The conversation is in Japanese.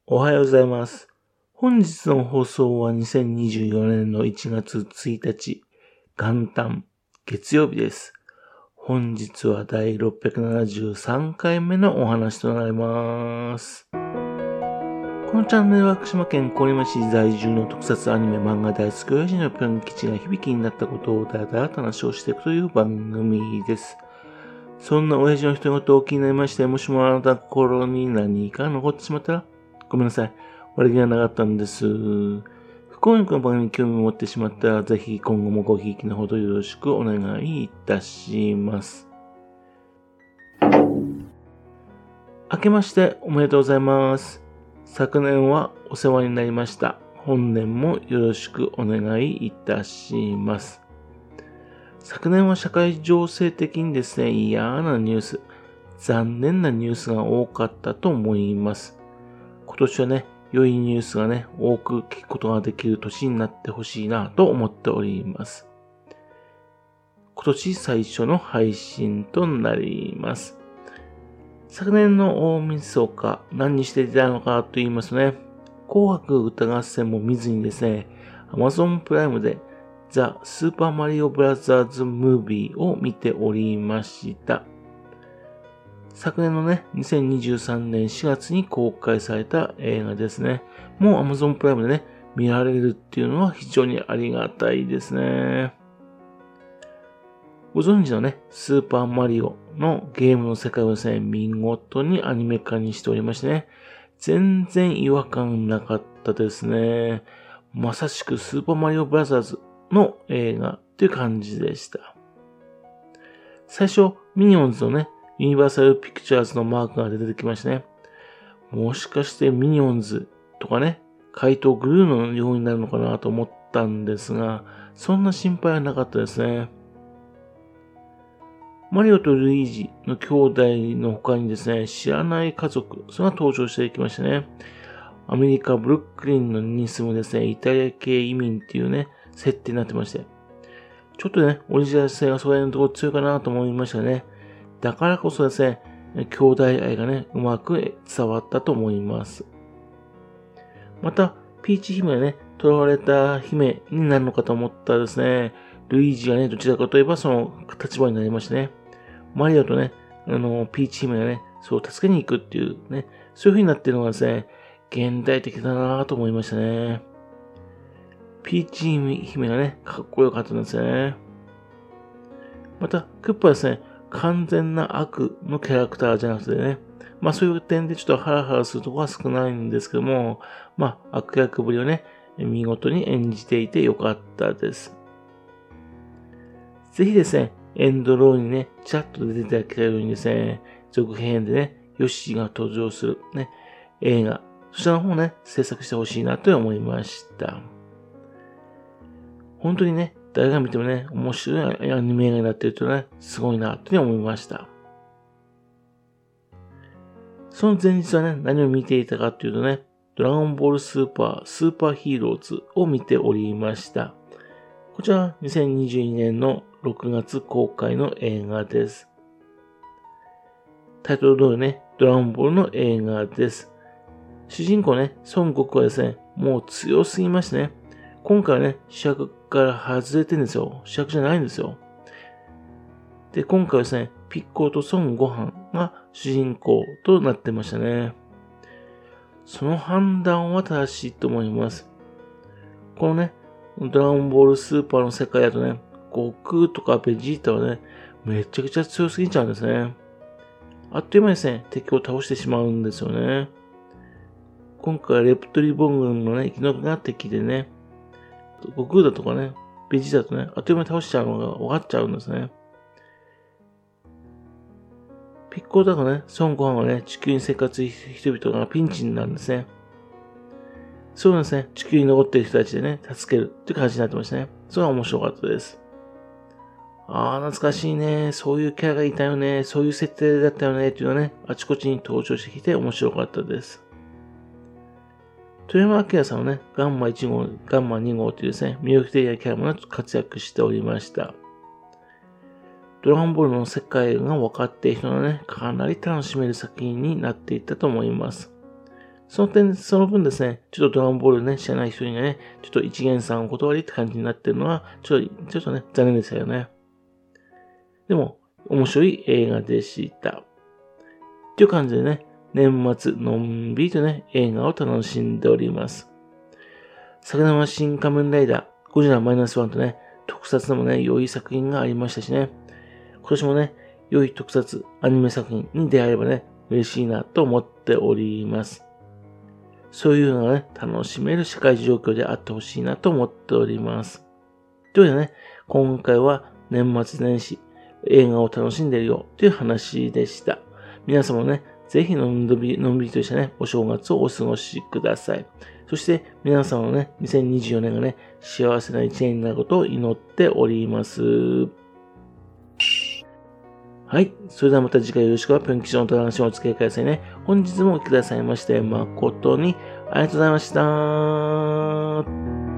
おはようございます。本日の放送は2024年の1月1日、元旦、月曜日です。本日は第673回目のお話となります。このチャンネルは福島県郡山市在住の特撮アニメ漫画大好き親父のぴょん吉が響きになったことをだらだらと話をしていくという番組です。そんな親父の一言を気になりまして、もしもあなたの心に何か残ってしまったら、ごめんなさい。悪気がなかったんです。不幸にこの番組に興味を持ってしまったら、ぜひ今後もごひいきのほどよろしくお願いいたします。明けましておめでとうございます。昨年はお世話になりました。本年もよろしくお願いいたします。昨年は社会情勢的にですね、嫌なニュース、残念なニュースが多かったと思います。今年はね、良いニュースがね、多く聞くことができる年になってほしいなと思っております。今年最初の配信となります。昨年の大晦日、何にしていたのかと言いますとね、紅白歌合戦も見ずにですね、Amazon プライムでザ・スーパーマリオブラザーズ・ムービーを見ておりました。昨年のね、2023年4月に公開された映画ですね。もう Amazon プライムでね、見られるっていうのは非常にありがたいですね。ご存知のね、スーパーマリオのゲームの世界をですね、見事にアニメ化にしておりましてね、全然違和感なかったですね。まさしくスーパーマリオブラザーズの映画という感じでした。最初、ミニオンズのね、ユニバーサルピクチャーズのマークが出てきましたね。もしかしてミニオンズとかね、怪盗グルーのようになるのかなと思ったんですが、そんな心配はなかったですね。マリオとルイージの兄弟の他にですね、知らない家族、それが登場していきましたね。アメリカ・ブルックリンに住むですね、イタリア系移民っていうね、設定になってまして。ちょっとね、オリジナル性がそれのところ強いかなと思いましたね。だからこそですね、兄弟愛がね、うまく伝わったと思います。また、ピーチ姫がね、囚われた姫になるのかと思ったらですね、ルイージがね、どちらかといえばその立場になりましてね、マリオとね、ピーチ姫がね、そう助けに行くっていうね、そういう風になっているのがですね、現代的だなと思いましたね。ピーチ姫がね、かっこよかったんですよね。また、クッパはですね、完全な悪のキャラクターじゃなくてね、まあそういう点でちょっとハラハラするところは少ないんですけども、まあ悪役ぶりをね、見事に演じていてよかったです。ぜひですね、エンドロールにね、チャットで出ていただけるようにですね、続編でね、ヨッシーが登場するね、映画、そちらの方ね、制作してほしいなと思いました。本当にね、誰が見てもね、面白いアニメ映画になっているとね、すごいなと思いました。その前日はね、何を見ていたかというとね、ドラゴンボールスーパーヒーローズを見ておりました。こちらは2022年の6月公開の映画です。タイトル通りね、ドラゴンボールの映画です。主人公ね、孫悟空はですね、もう強すぎましてね、今回はね、主役から外れてるんですよ。主役じゃないんですよ。で、今回はですね、ピッコロと孫悟飯が主人公となってましたね。その判断は正しいと思います。このね、ドラゴンボールスーパーの世界だとね、悟空とかベジータはね、めちゃくちゃ強すぎちゃうんですね。あっという間にですね、敵を倒してしまうんですよね。今回はレプトリボン軍のね、生き残りが敵でね、悟空だとかね、ベジータとね、あっという間に倒しちゃうのが分かっちゃうんですね。ピッコロだとね、孫悟飯はね、地球に生活する人々がピンチになるんですね。そうなんですね、地球に残っている人たちでね、助けるっていう感じになってましたね。それは面白かったです。懐かしいね。そういうキャラがいたよね。そういう設定だったよね。っていうのはね、あちこちに登場してきて面白かったです。豊山明さんはね、ガンマ1号、ガンマ2号というですね、魅力的なキャラも活躍しておりました。ドラゴンボールの世界が分かっている人はね、かなり楽しめる作品になっていったと思います。 その分ですね、ちょっとドラゴンボールね、知らない人にはね、ちょっと一元さんお断りって感じになってるのは、ちょっとね、残念ですよね。でも、面白い映画でした。という感じでね、年末のんびりとね、映画を楽しんでおります。昨年は新仮面ライダー、ゴジラ -1 とね、特撮でもね、良い作品がありましたしね、今年もね、良い特撮アニメ作品に出会えればね、嬉しいなと思っております。そういうのがね、楽しめる社会状況であってほしいなと思っております。というわけでね、今回は年末年始、映画を楽しんでいるよという話でした。皆様もね、ぜひのんびりとしたね、お正月をお過ごしください。そして皆様のね、2024年がね、幸せな一年になることを祈っております。はい。それではまた次回よろしくは、ぴょん吉のお話をお付き合いくださいね。本日もお聞きくださいまして、誠にありがとうございました。